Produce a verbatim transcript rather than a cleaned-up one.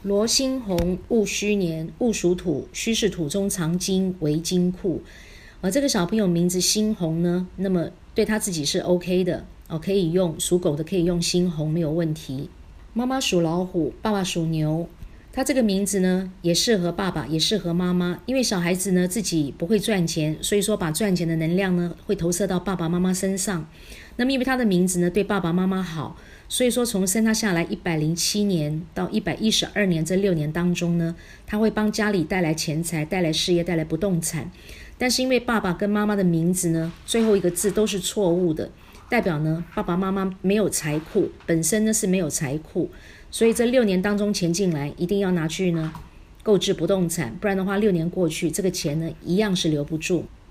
罗新红，戊戌年，戊属土，戌是土中藏金为金库。而这个小朋友名字新红呢，那么对他自己是 OK 的哦，可以用，属狗的可以用新红，没有问题。妈妈属老虎，爸爸属牛。他这个名字呢，也适合爸爸，也适合妈妈，因为小孩子呢自己不会赚钱，所以说把赚钱的能量呢会投射到爸爸妈妈身上。那么因为他的名字呢对爸爸妈妈好，所以说从生他下来一百零七年到一百一十二年这六年当中呢，他会帮家里带来钱财，带来事业，带来不动产。但是因为爸爸跟妈妈的名字呢最后一个字都是错误的，代表呢爸爸妈妈没有财库，本身呢是没有财库，所以这六年当中钱进来一定要拿去呢购置不动产，不然的话六年过去这个钱呢一样是留不住。